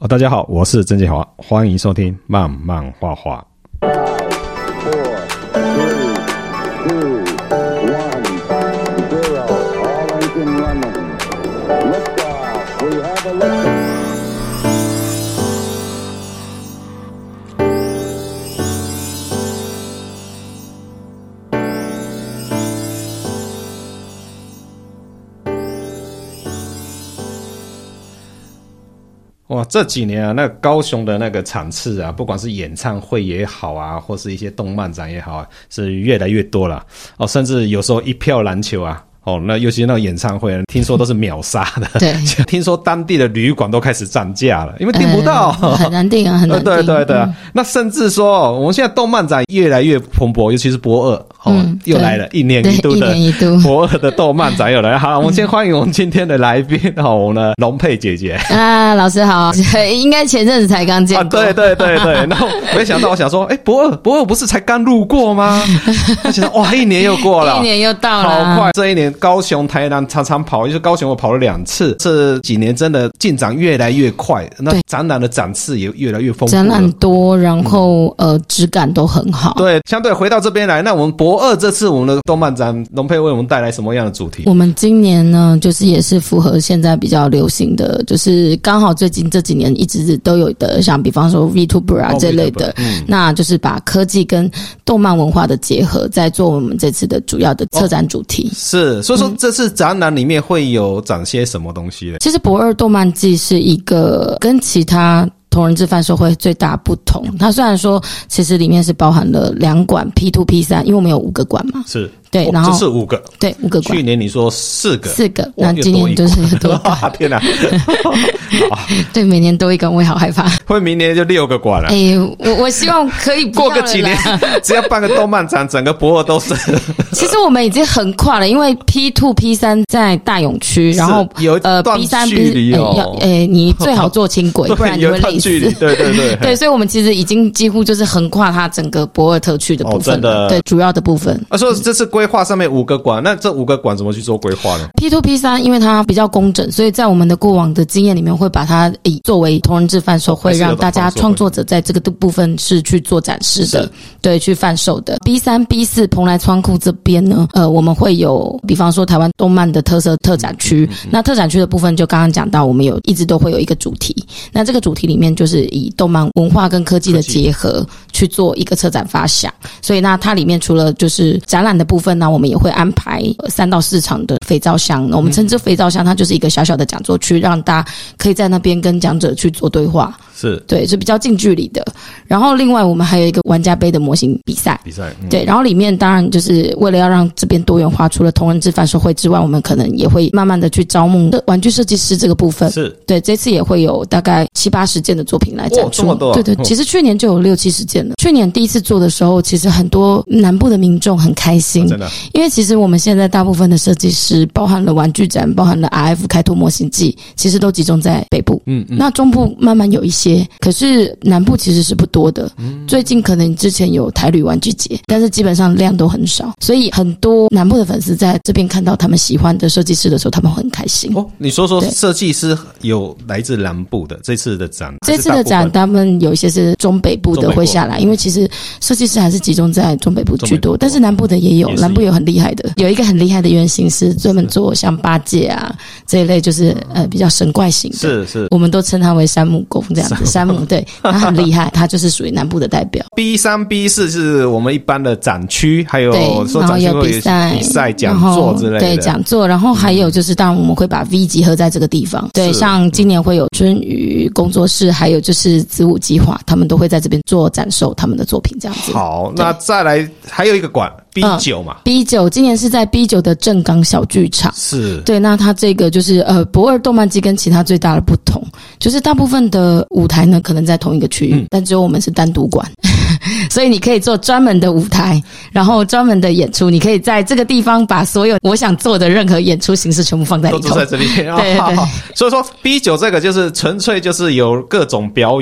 大家好，我是曾建华，欢迎收听慢慢画画。哇，这几年啊，那个高雄的那个场次啊，不管是演唱会也好啊，或是一些动漫展也好啊，是越来越多了哦，甚至有时候一票难求啊。哦，那尤其那种演唱会，听说都是秒杀的。对，听说当地的旅馆都开始涨价了，因为订不到， 很难订啊，很难订。 对，那甚至说，我们现在动漫展越来越蓬勃，尤其是博二，又来了，一年一度的博二的动漫展又来了。好，我们先欢迎我们今天的来宾，我们的龙佩姐姐啊，老师好，应该前阵子才刚见过。 对，然后没想到，我想说，博二不是才刚路过吗？而且哇，一年又过了， 一年又到了， 好快，这一年。高雄、台南常常跑，就是高雄我跑了2次，这几年真的进展越来越快，那展览的展次也越来越丰富， 展览多，然后质感都很好。 对，相对回到这边来，那我们博二这次我们的动漫展，龙佩为我们带来什么样的主题？ 我们今年呢，就是也是符合现在比较流行的，就是刚好最近这几年一直都有的，像比方说 VTuber 啊这类的，那就是把科技跟动漫文化的结合，在做我们这次的主要的策展主题。 是。所以说这次展览里面会有展些什么东西呢？ 其实博二动漫季是一个跟其他同人志贩售会最大不同，它虽然说其实里面是包含了2馆 P2P3， 因为我们有5个馆嘛。是。对，然后这是5个， 对，5个馆。 去年你说4个， 那今年就是多个。天哪！ 对，每年多一个，我也好害怕。 会明年就6个馆了。 我希望可以过个几年，只要办个动漫展，整个博二都是。 其实我们已经横跨了，因为 P2P3 在大永区，然后有段距离你最好坐轻轨，不然你会累死。对，所以我们其实已经几乎就是横跨它整个博二特区的部分，真的，对，主要的部分。 说这次规划上面5个馆，那这5个馆怎么去做规划呢？ P2P3 因为它比较工整，所以在我们的过往的经验里面，会把它作为同人志贩售会，让大家创作者在这个部分是去做展示的，对，去贩售的。B3、B4 蓬莱仓库这边呢，我们会有比方说台湾动漫的特色特展区，那特展区的部分就刚刚讲到，我们一直都会有一个主题，那这个主题里面就是以动漫文化跟科技的结合去做一个策展发想，所以那它里面除了就是展览的部分呢，我们也会安排3到4场的肥皂箱，我们称之肥皂箱，它就是一个小小的讲座区，让大家可以在那边跟讲者去做对话，是对，是比较近距离的。然后另外我们还有一个玩家杯的模型比赛，对，然后里面当然就是为了要让这边多元化，除了同人志贩售会之外，我们可能也会慢慢的去招募玩具设计师这个部分，是对，这次也会有大概70-80件的作品来展出，这么多，对，其实去年就有60-70件了。去年第一次做的时候，其实很多南部的民众很开心，真的，因为其实我们现在大部分的设计师，包含了玩具展，包含了 RF 开拓模型季，其实都集中在北部，那中部慢慢有一些，可是南部其实是不多的，最近可能之前有台旅玩具节，但是基本上量都很少，所以很多南部的粉丝在这边看到他们喜欢的设计师的时候，他们会很开心。 你说设计师有来自南部的这次的展， 他们有一些是中北部的会下来，因为其实设计师还是集中在中北部居多，但是南部的也有，南部有很厉害的，有一个很厉害的原型师专门做像八戒啊这一类，就是比较神怪型的，是，我们都称他为山姆公这样子，山姆，对，他很厉害，他就是属于南部的代表。 B3、B4 是我们一般的展区，还有说展区会有比赛、讲座之类的， 对，讲座，然后还有就是当然我们会把 V 集合在这个地方，对，像今年会有春雨工作室，还有就是子午计划，他们都会在这边做展售他们的作品这样子。 好，那再来还有一个馆 B9 嘛 ，B9 今年是在 B9 的正港小剧场，是对，那它这个就是博二动漫季跟其他最大的不同，就是大部分的舞台呢可能在同一个区域，但只有我们是单独馆。所以你可以做专门的舞台，然后专门的演出，你可以在这个地方把所有我想做的任何演出形式全部放在里头， 都在这里。对，所以说 B9 这个就是纯粹就是有各种表演，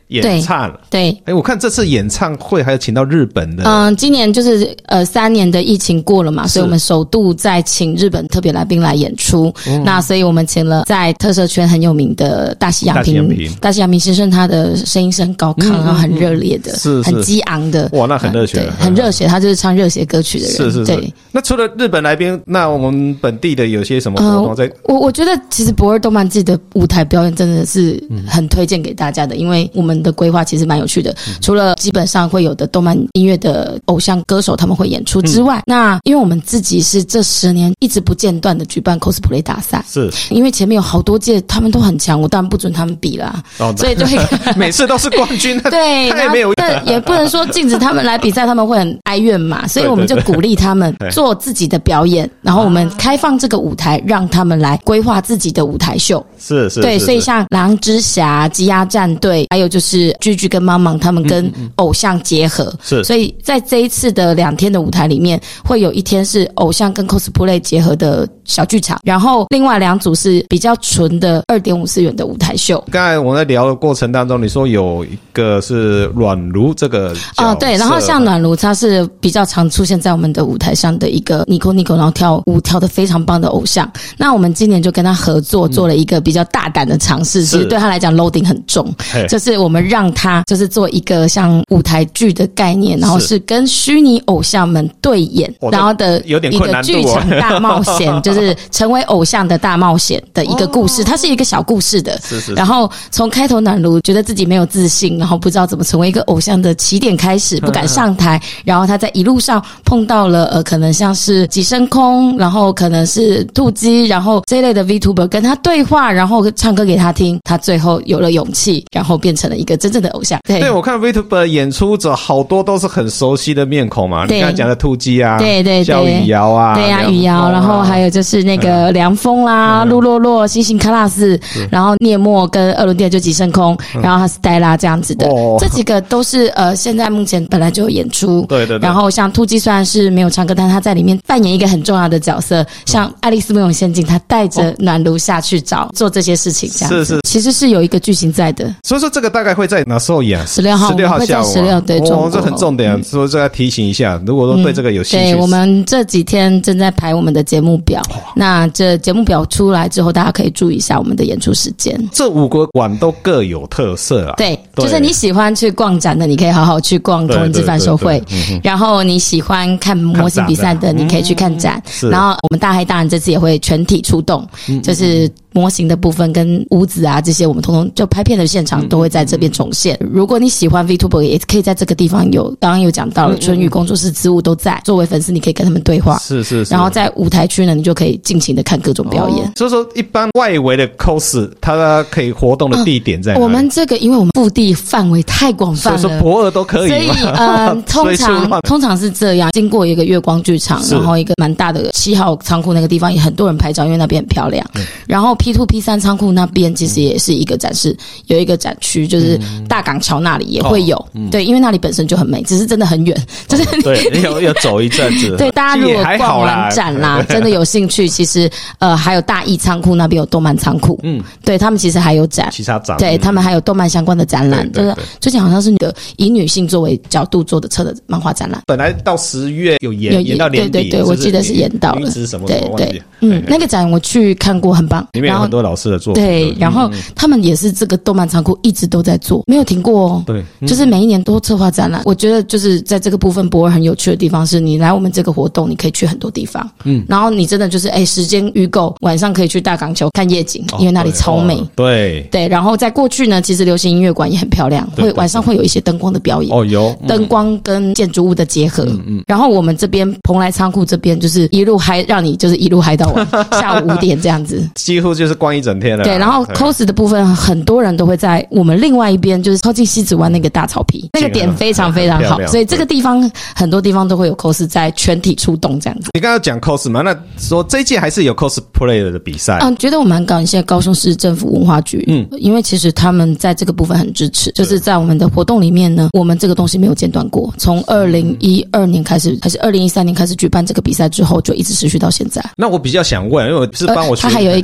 演唱。 对， 我看这次演唱会还有请到日本的。 今年就是3年的疫情过了嘛，所以我们首度再请日本特别来宾来演出。那所以我们请了在特摄圈很有名的大西洋平先生，他的声音是很高亢，然后很热烈的，很激昂的。 哇，那很热血， 很热血，他就是唱热血歌曲的人。 是。对。那除了日本来宾，那我们本地的有些什么活动在？ 我觉得其实博尔动漫季的舞台表演真的是很推荐给大家的，因为我们的规划其实蛮有趣的。除了基本上会有的动漫音乐的偶像歌手他们会演出之外，那因为我们自己是这10年一直不间断的举办 cosplay 大赛， 是因为前面有好多届他们都很强，我当然不准他们比啦，所以就会每次都是冠军。 对， 他也没有， 但也不能说禁止他们来比赛，他们会很哀怨嘛，所以我们就鼓励他们做自己的表演，然后我们开放这个舞台，让他们来规划自己的舞台秀。 是， 对，所以像狼之侠、鸡鸭战队，还有就是居居跟妈妈他们跟偶像结合， 是， 所以在这一次的2天的舞台里面，会有1天是偶像跟 cosplay 结合的小剧场，然后另外2组是比较纯的2.54元的舞台秀。 刚才我在聊的过程当中，你说有一个是阮如这个角色， 对，然后像阮如他是比较常出现在我们的舞台上的一个 Nico， 然后跳舞跳得非常棒的偶像。那我们今年就跟他合作，做了一个比较大胆的尝试，其实对他来讲 loading 很重，就是我们让他就是做一个像舞台剧的概念，然后是跟虚拟偶像们对演，然后的一个剧场大冒险，就是成为偶像的大冒险的一个故事。它是一个小故事的， 是。 然后从开头暖炉觉得自己没有自信，然后不知道怎么成为一个偶像的起点开始，不敢上台，然后他在一路上碰到了可能像是几升空，然后可能是兔姬，然后这一类的 VTuber 跟他对话，然后唱歌给他听，他最后有了勇气，然后变成了一个真正的偶像。 对，我看 VTuber 演出者好多都是很熟悉的面孔嘛，你刚才讲的兔姬啊， 对， 叫雨瑶啊， 对啊，雨瑶，然后还有就是那个凉风啦、露洛洛、星星喀拉斯，然后涅莫跟二轮殿就几升空，然后他是黛拉这样子的，这几个都是现在目前本来就有演出， 对。 然后像兔姬虽然是没有唱歌，但他在里面扮演一个很重要的角色，像爱丽丝梦游仙境，他带着暖炉下去做这些事情，这样子是，其实是有一个剧情在的。 所以说这个大概会在哪时候演 ？16号下午，16对， 这很重点，所以这要提醒一下，如果说对这个有兴趣， 对，我们这几天正在排我们的节目表，那这节目表出来之后，大家可以注意一下我们的演出时间。 这5个馆都各有特色啊， 对，就是你喜欢去逛展的，你可以好好去逛同人志贩售会，然后你喜欢看模型比赛的，你可以去看展，然后我们大黑当然这次也会全体出动，就是模型的部分跟屋子啊这些，我们通通就拍片的现场都会在这边重现。如果你喜欢 VTuber， 也可以在这个地方有，刚刚有讲到了，春雨工作室之物都在，作为粉丝你可以跟他们对话， 是。 然后在舞台区呢，你就可以尽情的看各种表演。 所以说，一般外围的 cos， 它可以活动的地点在哪里？ 我们这个因为我们腹地范围太广泛了， 所以说博尔都可以嘛。 所以通常是这样，经过一个月光剧场，然后一个蛮大的7号仓库那个地方也很多人拍照，因为那边很漂亮。然后 P2P3 仓库那边其实也是一个展示，有一个展区，就是大港桥那里也会有。对，因为那里本身就很美，只是真的很远，就是对，要走一阵子。 对，大家如果逛完展啦，真的有兴趣，其实还有大义仓库那边有动漫仓库，对他们其实还有展， 其他展， 对他们还有动漫相关的展览，就是最近好像是那个以女性作为角度做的册的漫画展览， 本来到10月有延到年底， 对，我记得是延到了，对，那个展我去看过，很棒， 里面有很多老师的作品， 对，然后他们也是这个动漫仓库一直都在做，没有停过哦， 对， 就是每一年都策划展览。我觉得就是在这个部分，博尔很有趣的地方是，你来我们这个活动，你可以去很多地方，然后你真的就是时间预购，晚上可以去大港球看夜景，因为那里超美， 对， 然后在过去呢，其实流行音乐馆也很漂亮，会晚上会有一些灯光的表演， 有灯光跟建筑物的结合，然后我们这边蓬莱仓库这边就是一路嗨，让你就是一路嗨到晚下午5点这样子， 几乎就是逛一整天了。 对，然后 cos 的部分很多人都会在我们另外一边，就是靠近西子湾那个大草皮，那个点非常非常好，所以这个地方很多地方都会有 cos 在全体出动这样子。 你刚刚讲 cos 嘛，那说这一届还是有 cosplay 的比赛， 觉得我蛮感谢高雄市政府文化局，因为其实他们在这个部分很支持，就是在我们的活动里面呢，我们这个东西没有间断过，从2012年开始还是2013年开始举办这个比赛之后，就一直持续到现在。 那我比较想问，因为我是帮我他还有一个微漫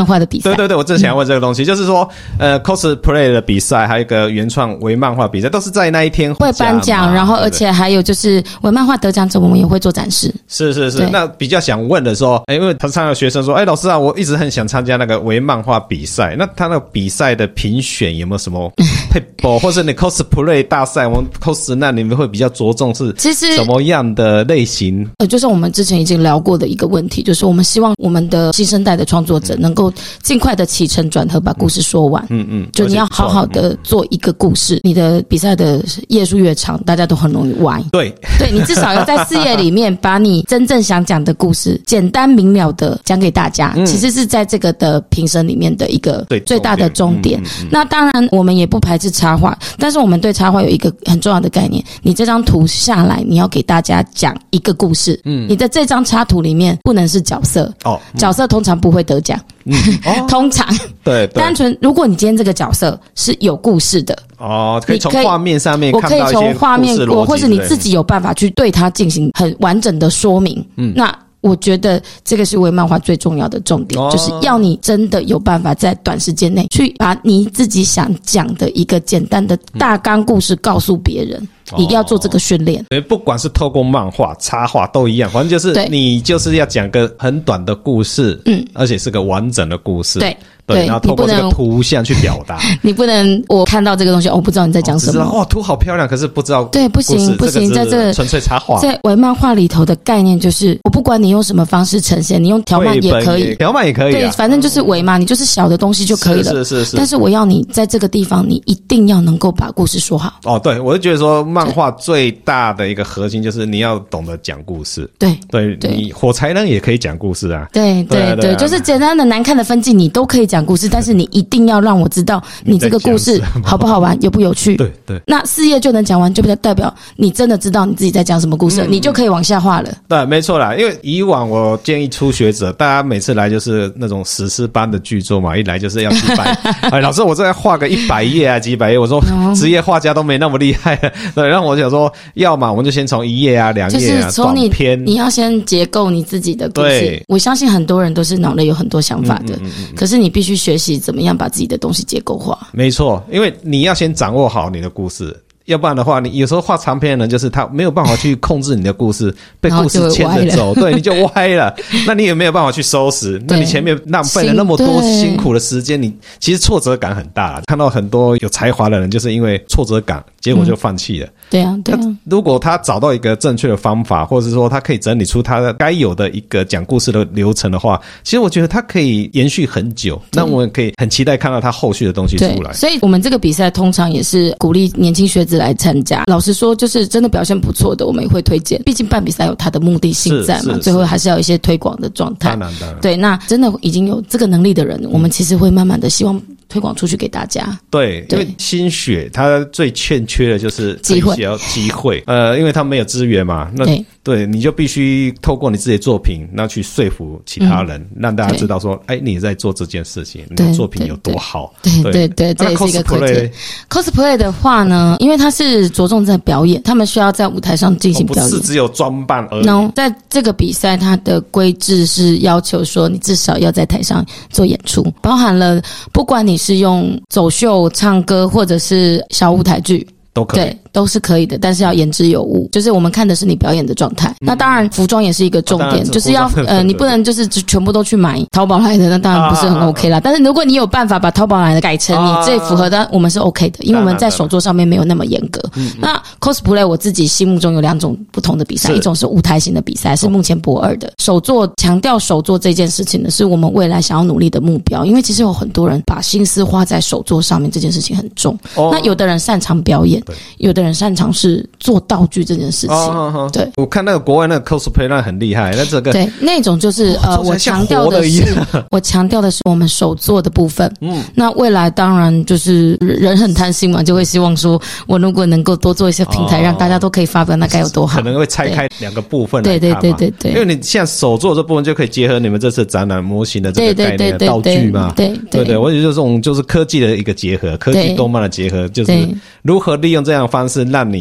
漫画的比赛。 对，我正想要问这个东西，就是说cosplay 的比赛还有一个原创微漫画比赛都是在那一天会颁奖，然后而且还有就是微漫画得奖者我们也会做展示。是， 那比较想问的说，因为他常有学生说，老师啊，我一直很想参加那个微漫画比赛，那他那个比赛的评选有没有什么配博，或者你 cosplay 大赛，我们 cos 那你们会比较着重是什么样的类型？ 就是我们之前已经聊过的一个问题，就是我们希望我们的新生代的创作者能够尽快的起承转合把故事说完。就你要好好的做一个故事，你的比赛的页数越长，大家都很容易歪。对，你至少要在4页里面把你真正想讲的故事简单明了的讲给大家，其实是在这个的评审里面的一个最大的重点。那当然我们也不排斥插画，但是我们对插画有一个很重要的概念，你这张图下来你要给大家讲一个故事，你的这张插图里面不能是角色，角色通常不会得奖。通常对，单纯如果你今天这个角色是有故事的可以从画面上面看到一些故事逻辑， 我可以从画面或是你自己有办法去对它进行很完整的说明。那我觉得这个是微漫画最重要的重点，就是要你真的有办法在短时间内去把你自己想讲的一个简单的大纲故事告诉别人。一定要做这个训练。 不管是透过漫画、插画都一样，反正就是你就是要讲个很短的故事，而且是个完整的故事。对，然后透过这个图像去表达。 你不能我看到这个东西，我不知道你在讲什么。 图好漂亮，可是不知道。 对，不行，在这个纯粹插画。 在微漫画里头的概念就是，我不管你用什么方式呈现，你用条漫也可以， 条漫也可以。 对，反正就是微嘛，你就是小的东西就可以了。是。但是我要你在这个地方，你一定要能够把故事说好。 对，我就觉得说，漫画最大的一个核心就是你要懂得讲故事。对，你火柴人也可以讲故事啊。 对，就是简单的难看的分镜你都可以讲故事，但是你一定要让我知道你这个故事好不好玩，有不有趣。对，那4页就能讲完，就代表你真的知道你自己在讲什么故事，你就可以往下画了。 对，没错啦。因为以往我建议初学者，大家每次来就是那种史诗般的剧作嘛，一来就是要几百。老师，我这要画个100页啊，几百页。我说职业画家都没那么厉害。对，然后我想说，要嘛我们就先从1页啊、2页啊， 就是从你要先结构你自己的故事。我相信很多人都是脑内有很多想法的，可是你必须学习怎么样把自己的东西结构化。 没错，因为你要先掌握好你的故事。要不然的话，你有时候画长篇的人就是他没有办法去控制你的故事，被故事牵着走，对，你就歪了。那你也没有办法去收拾，那你前面浪费了那么多辛苦的时间，你其实挫折感很大。看到很多有才华的人，就是因为挫折感，结果就放弃了。 对啊。 如果他找到一个正确的方法，或者是说他可以整理出他该有的一个讲故事的流程的话，其实我觉得他可以延续很久。那我们可以很期待看到他后续的东西出来。 所以我们这个比赛通常也是鼓励年轻学子来参加。老实说，就是真的表现不错的，我们也会推荐。毕竟办比赛有它的目的性在嘛，最后还是要有一些推广的状态。 当然。 对，那真的已经有这个能力的人，我们其实会慢慢的希望推广出去给大家。 对，因为新血它最欠缺的就是机会。因为它没有资源嘛，那对，你就必须透过你自己的作品，那去说服其他人，让大家知道说，你在做这件事情，你的作品有多好。 对，这也是一个课程。cosplay 的话呢，因为它是着重在表演，他们需要在舞台上进行表演， 不是只有装扮而已。 在这个比赛，它的规制是要求说，你至少要在台上做演出，包含了不管你是用走秀、唱歌，或者是小舞台剧。 都可以， 对，都是可以的，但是要言之有物，就是我们看的是你表演的状态。那当然，服装也是一个重点，就是要你不能就是全部都去买淘宝来的，那当然不是很 OK 啦。但是如果你有办法把淘宝来的改成你最符合的，我们是 OK 的，因为我们在手作上面没有那么严格。那 cosplay 我自己心目中有2种不同的比赛，一种是舞台型的比赛，是目前博2的手作，强调手作这件事情呢，是我们未来想要努力的目标。因为其实有很多人把心思花在手作上面，这件事情很重。那有的人擅长表演。有的人擅长是做道具这件事情。对， 我看那个国外那个 cosplay 那很厉害，那这个对那种就是我强调的是我们手做的部分。那未来当然就是人很贪心嘛，就会希望说我如果能够多做一些平台，让大家都可以发表，那该有多好。 可能会拆开2个部分来看嘛。对，因为你像手做这部分就可以结合你们这次展览模型的这个概念的道具嘛。对，我觉得这种就是科技的一个结合，科技动漫的结合，就是如何利用这样的方式让你比如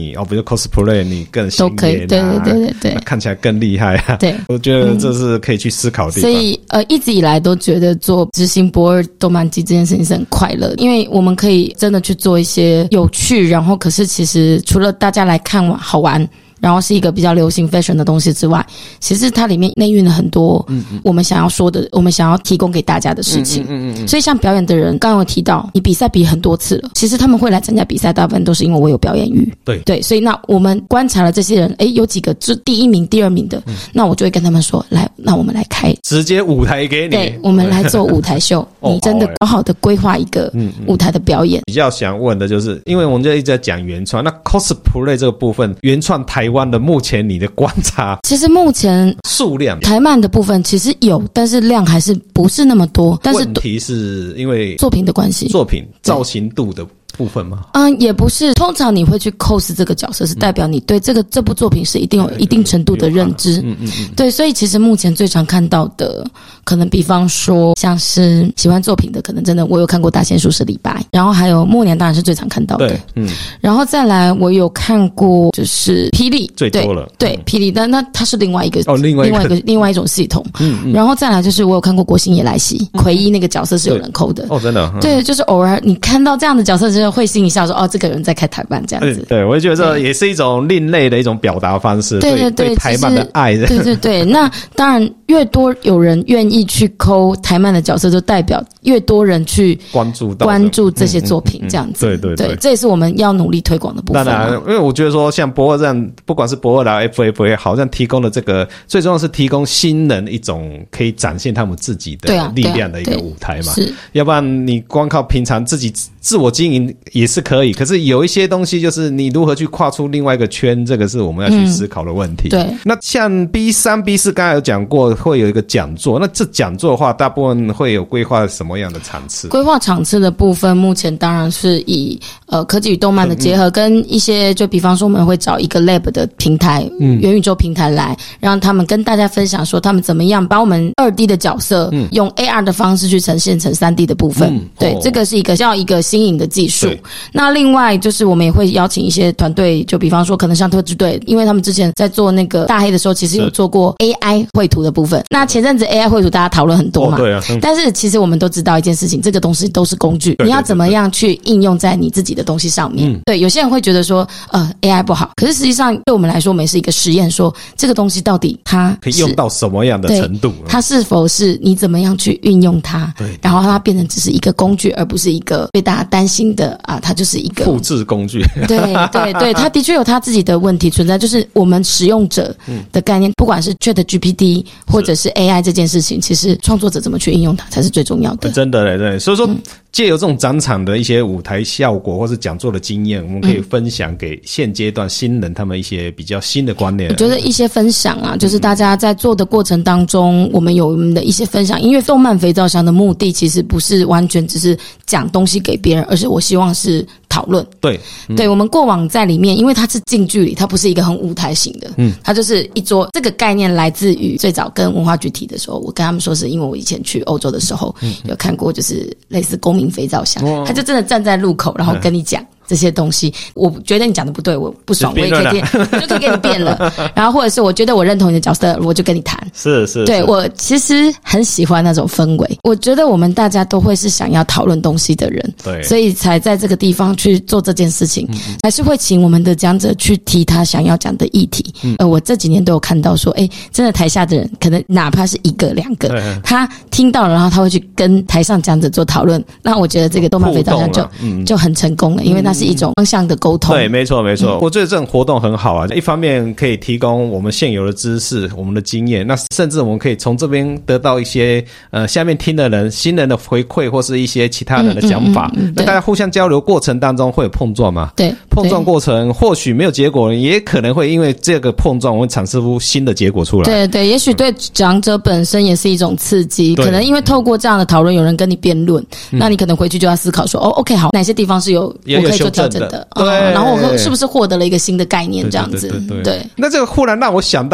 cosplay 你更显眼啊， 都可以，对， 看起来更厉害啊。 对， 我觉得这是可以去思考的地方。 所以一直以来都觉得做执行博尔动漫季这件事情是很快乐的，因为我们可以真的去做一些有趣，然后可是其实除了大家来看好玩，然后是一个比较流行 fashion 的东西之外，其实它里面内蕴了很多我们想要说的，我们想要提供给大家的事情。所以像表演的人，刚刚有提到你比赛比很多次了，其实他们会来参加比赛，大部分都是因为我有表演欲。对，所以那我们观察了这些人，有几个是第一名第二名的，那我就会跟他们说，来，那我们来开直接舞台给你， 对，我们来做舞台秀你真的好好的规划一个舞台的表演。 比较想问的就是因为我们就一直在讲原创，那 cosplay 这个部分，原创台湾的目前你的观察， 其实目前数量台漫的部分其实有，但是量还是不是那么多。但是问题是因为作品的关系， 作品造型度的部分吗？ 也不是。通常你会去 cos 这个角色，是代表你对这部作品是一定有一定程度的认知。对，所以其实目前最常看到的，可能比方说像是喜欢作品的，可能真的我有看过大仙术士李白，然后还有末年当然是最常看到的。 对， 然后再来我有看过就是霹雳最多了， 对，霹雳，但那它是另外一个另外一种系统。然后再来就是我有看过国星野来袭，魁一那个角色是有人抠的。 真的。 对，就是偶尔你看到这样的角色之后会心一笑说，这个人在开台漫这样子。 对，我也觉得这也是一种另类的一种表达方式。对台漫的爱。 对，那当然越多有人愿意去抠台漫的角色，就代表越多人去关注这些作品这样子。对，这也是我们要努力推广的部分。 当然，因为我觉得说像博尔这样，不管是博尔啦 FF 也好，像提供的这个最重要是提供新人一种可以展现他们自己的力量的一个舞台嘛。 是， 要不然你光靠平常自己自我经营也是可以，可是有一些东西就是你如何去跨出另外一个圈，这个是我们要去思考的问题。 对， 那像 B3、B4 刚才有讲过会有一个讲座，那这讲座的话大部分会有规划什么样的场次？规划场次的部分目前当然是以科技与动漫的结合，跟一些就比方说我们会找一个 lab 的平台，元宇宙平台来让他们跟大家分享说他们怎么样把我们 2D 的角色用 AR 的方式去呈现成 3D 的部分。对，这个是一个新颖的技术。那另外就是我们也会邀请一些团队，就比方说可能像特制队，因为他们之前在做那个大黑的时候其实有做过 AI 绘图的部分。那前阵子 AI 绘图大家讨论很多嘛，但是其实我们都知道一件事情，这个东西都是工具，你要怎么样去应用在你自己的东西上面。对，有些人会觉得说AI 不好，可是实际上对我们来说我们也是一个实验，说这个东西到底它可以用到什么样的程度， 它是否是你怎么样去运用它，然后它变成只是一个工具，而不是一个被大家担心的它就是一个复制工具。 对，它的确有它自己的问题存在，就是我们使用者的概念，不管是 ChatGPT 或者是 AI 这件事情，其实创作者怎么去应用它才是最重要的。 真的嘞，对，所以说借由这种展场的一些舞台效果或是讲座的经验，我们可以分享给现阶段新人他们一些比较新的观念。 我觉得一些分享就是大家在做的过程当中，我们有我们的一些分享。因为动漫肥皂箱的目的其实不是完全只是讲东西给别人，而是我希望是讨论。对，我们过往在里面，因为它是近距离，它不是一个很舞台型的，它就是一桌。这个概念来自于最早跟文化局提的时候，我跟他们说是因为我以前去欧洲的时候，有看过就是类似公民肥皂箱，他就真的站在路口，然后跟你讲这些东西，我觉得你讲的不对，我不爽，我也可以我就可以给你辩了。然后或者是我觉得我认同你的角色，我就跟你谈。 是， 对，我其实很喜欢那种氛围。我觉得我们大家都会是想要讨论东西的人，对，所以才在这个地方去做这件事情，还是会请我们的讲者去提他想要讲的议题。我这几年都有看到说，真的台下的人可能哪怕是一个两个，他听到了，然后他会去跟台上讲者做讨论。那我觉得这个动漫肥皂箱就很成功了，因为那是一种方向的沟通。 对，没错。我觉得这种活动很好啊，一方面可以提供我们现有的知识，我们的经验，那甚至我们可以从这边得到一些下面听的人新人的回馈，或是一些其他人的讲法。那大家互相交流过程当中会有碰撞嘛？对，碰撞过程或许没有结果，也可能会因为这个碰撞，我们产生出新的结果出来。对，也许对讲者本身也是一种刺激，可能因为透过这样的讨论，有人跟你辩论，那你可能回去就要思考说，OK 好，哪些地方是我可以做调整的，然后我是不是获得了一个新的概念这样子。对，那这个忽然让我想到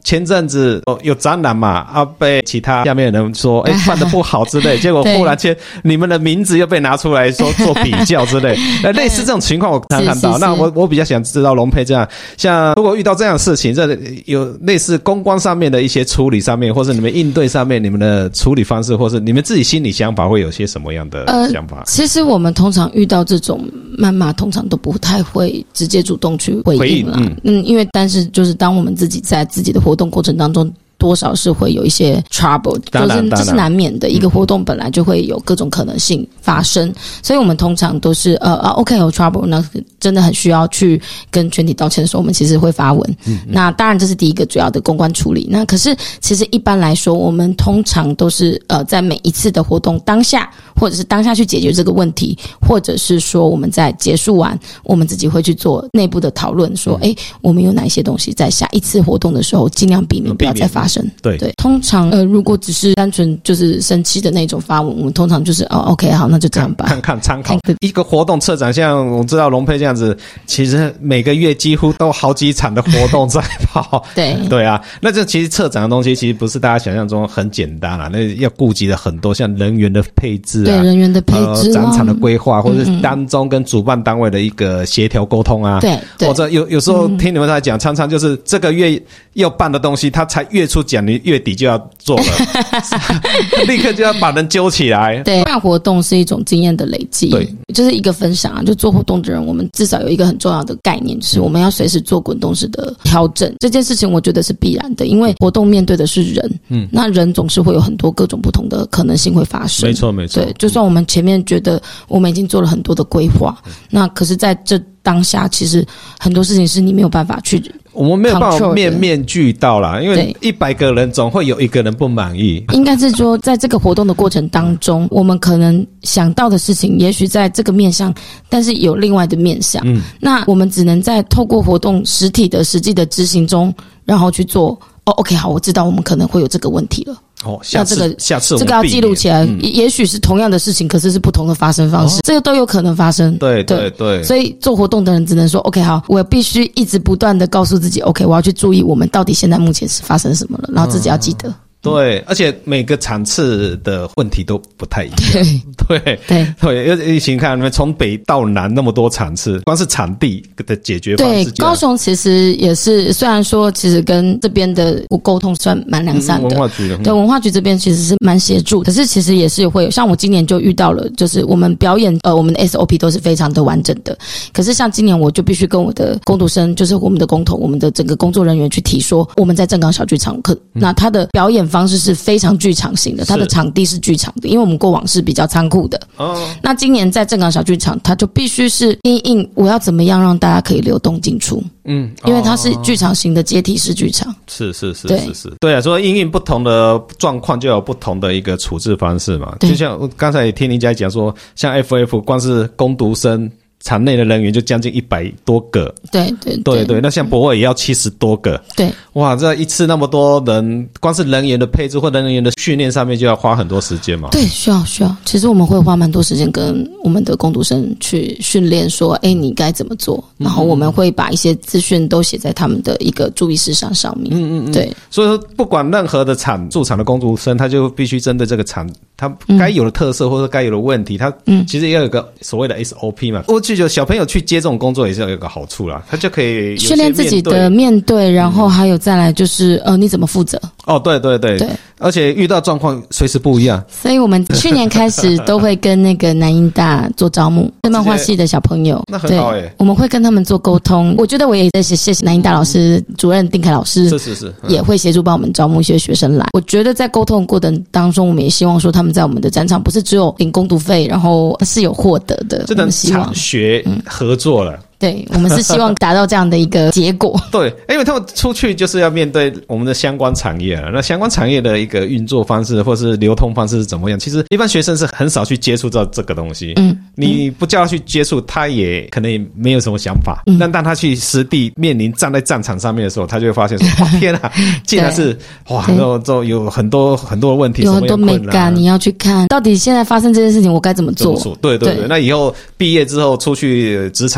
前阵子有展览嘛，被其他下面的人说办得不好之类，结果忽然间你们的名字又被拿出来说做比较之类，类似这种情况我常看到。那我比较想知道龙培这样，像如果遇到这样的事情，这有类似公关上面的一些处理上面，或是你们应对上面，你们的处理方式，或是你们自己心里想法会有些什么样的想法？ 其实我们通常遇到这种谩骂，通常都不太会直接主动去回应啦。因为但是就是当我们自己在自己的活动过程当中，多少是会有一些 trouble， 就是这是难免的。一个活动本来就会有各种可能性发生，所以我们通常都是OK 有 trouble， 那真的很需要去跟全体道歉的时候，我们其实会发文。那当然这是第一个主要的公关处理。那可是其实一般来说，我们通常都是在每一次的活动当下，或者是当下去解决这个问题，或者是说我们在结束完，我们自己会去做内部的讨论，说我们有哪一些东西在下一次活动的时候尽量避免不要再发生。对，通常如果只是单纯就是生气的那种发文，我们通常就是OK 好，那就这样吧， 看参考一个活动策展，像我知道龙培这样子，其实每个月几乎都好几场的活动在跑。对啊，那这其实策展的东西其实不是大家想象中很简单啦，那要顾及了很多，像人员的配置对人员的配置展场的规划，或者是当中跟主办单位的一个协调沟通啊。 对， 或者有时候听你们在讲，常常就是这个月要办的东西，他才月初讲，你月底就要做了，立刻就要把人揪起来。 对，办活动是一种经验的累积，对，就是一个分享啊。就做活动的人，我们至少有一个很重要的概念，就是我们要随时做滚动式的调整。这件事情我觉得是必然的，因为活动面对的是人，那人总是会有很多各种不同的可能性会发生。 没错没错， 对，就算我们前面觉得我们已经做了很多的规划，那可是在这当下，其实很多事情是你没有办法去， 我们没有办法面面俱到啦，因为100个人总会有一个人不满意。 应该是说，在这个活动的过程当中，我们可能想到的事情，也许在这个面向，但是有另外的面向。那我们只能在透过活动实际的执行中，然后去做。OK 好，我知道我们可能会有这个问题了。 下次这个要记录起来，也许是同样的事情，可是是不同的发生方式，这个都有可能发生。对，所以做活动的人只能说 OK 好，我必须一直不断的告诉自己 OK， 我要去注意我们到底现在目前是发生什么了，然后自己要记得。 对，而且每个场次的问题都不太一样。对，一起看你们从北到南那么多场次，光是场地的解决方式。对， 高雄其实也是，虽然说其实跟这边的沟通算蛮良善的， 文化局的， 对，文化局这边其实是蛮协助，可是其实也是会有，像我今年就遇到了，就是我们表演我们的 SOP 都是非常的完整的，可是像今年我就必须跟我的工读生，就是我们的工头，我们的整个工作人员去提说，我们在正港小剧场那他的表演方式是非常剧场型的，它的场地是剧场的，因为我们过往是比较仓库的。那今年在正港小剧场，它就必须是因应我要怎么样让大家可以流动进出。因为它是剧场型的阶梯式剧场。 是，对啊，所以因应不同的状况就有不同的一个处置方式嘛。就像我刚才也听您家讲说，像 FF 光是工读生场内的人员就将近100多个。对，那像博尔也要70多个。对，哇，这一次那么多人，光是人员的配置或人员的训练上面就要花很多时间嘛。对，需要。其实我们会花蛮多时间跟我们的工读生去训练说，你该怎么做，然后我们会把一些资讯都写在他们的一个注意事项上面。对，所以说不管任何的驻场的工读生，他就必须针对这个场他该有的特色或者该有的问题，他其实也有一个所谓的 SOP 嘛。我觉得小朋友去接这种工作也是有一个好处啦，他就可以训练自己的面对，然后还有再来就是你怎么负责。对，而且遇到状况随时不一样。所以我们去年开始都会跟那个南英大做招募，是漫画系的小朋友。那很好耶，我们会跟他们做沟通。我觉得我也在谢谢南英大老师主任丁凯老师，是也会协助帮我们招募一些学生来。我觉得在沟通的过程当中，我们也希望说他们在我们的展场不是只有领工读费，然后是有获得的。这等场学合作了。对，我们是希望达到这样的一个结果。对，因为他们出去就是要面对我们的相关产业了，那相关产业的一个运作方式或是流通方式是怎么样，其实一般学生是很少去接触到这个东西。你不叫他去接触，他也可能也没有什么想法。但当他去实地面临站在战场上面的时候，他就会发现说，哇，天啊，竟然是哇，然后就有很多很多的问题，有很多美感，你要去看到底现在发生这件事情我该怎么做。对，那以后毕业之后出去职场上面的时候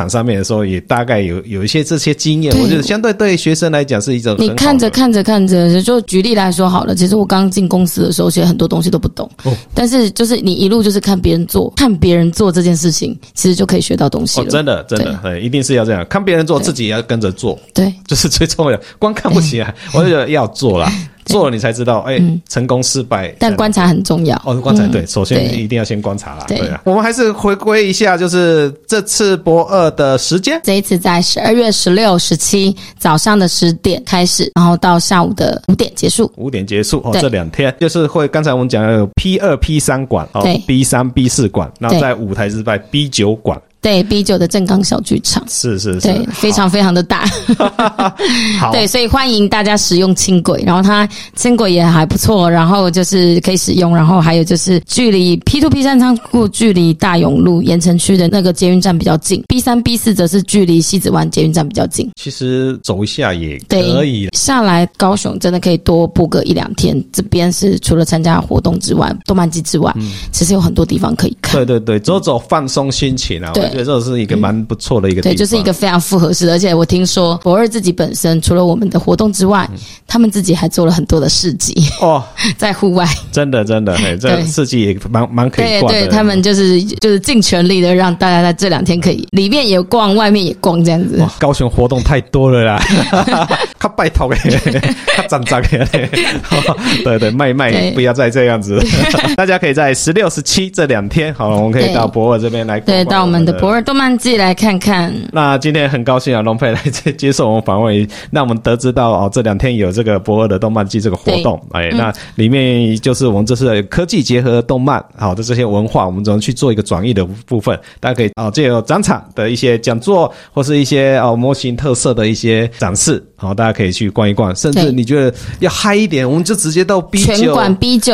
时候也大概有一些这些经验，我觉得相对对学生来讲是一种很好的。 你看着，就举例来说好了，其实我刚进公司的时候，其实很多东西都不懂，但是就是你一路就是看别人做这件事情，其实就可以学到东西了。 真的，对，一定是要这样，看别人做，自己也要跟着做， 对， 就是最重要的，光看不起来，我就觉得要做啦。做了你才知道，成功失败。 但观察很重要。 观察对，首先一定要先观察啦。对啊，我们还是回归一下，就是这次博二的时间。 这一次在12月16、17早上的10点开始，然后到下午的5点结束。 5点结束这2天就是会，刚才我们讲的有 P2、P3 馆，B3、B4 馆，然后在舞台是在 B9 馆。 对 B9 的正刚小剧场是， 对，非常非常的大。好，对，所以欢迎大家使用轻轨，然后它轻轨也还不错，然后就是可以使用，然后还有就是距离 P2、P3 仓库距离大勇路盐埕区的那个捷运站比较近， B3、B4 则是距离西子湾捷运站比较近。 其实走一下也可以， 下来高雄真的可以多播个1-2天，这边是除了参加活动之外，动漫季之外，其实有很多地方可以看。 对，走走放松心情啊。对，我觉得这是一个蛮不错的一个地方。 对，就是一个非常复合式的，而且我听说博二自己本身除了我们的活动之外，他们自己还做了很多的市集在户外。真的， 这市集也蛮可以逛的。 对，他们就是尽全力的让大家在这2天可以里面也逛，外面也逛这样子。 哇，高雄活动太多了啦，较拜托的，较脏脏的。对，卖不要再这样子。大家可以在16、17这2天，好了，我们可以到博二这边来逛。 对，到我们的博二动漫季来看看。 那今天很高兴啊，龙佩来接受我们访问，让我们得知到这2天有这个博二的动漫季这个活动。那里面就是我们这是科技结合动漫好的这些文化，我们怎么去做一个转译的部分，大家可以借由展场的一些讲座或是一些模型特色的一些展示，好，大家可以去逛一逛，甚至你觉得要嗨一点，我们就直接到 B9 全馆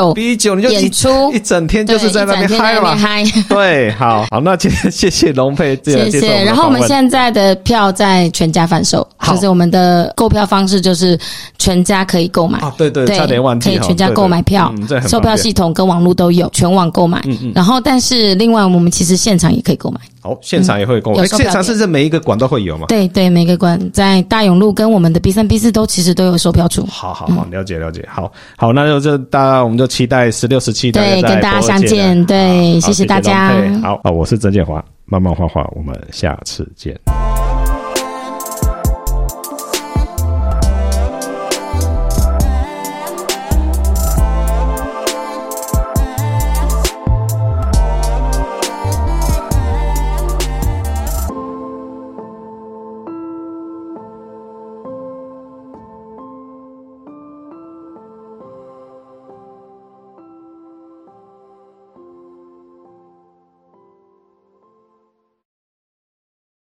B9 你就演出一整天就是在那边嗨嘛。对，好，那今天谢谢龙佩这样接受我们的访问。 然后我们现在的票在全家贩售，就是我们的购票方式就是全家可以购买。 对，差点忘记， 可以全家购买票，售票系统跟网络都有，全网购买。然后但是另外我们其实现场也可以购买。 现场也会购买。现场是不是每一个馆都会有吗？ 对，每个馆在大勇路跟我们的 B3、B4 其实都有售票处。 好，了解。好，那就大家我们就期待16、17 对，跟大家相见。对，谢谢大家。 好，我是曾建华，慢慢画画，我们下次见。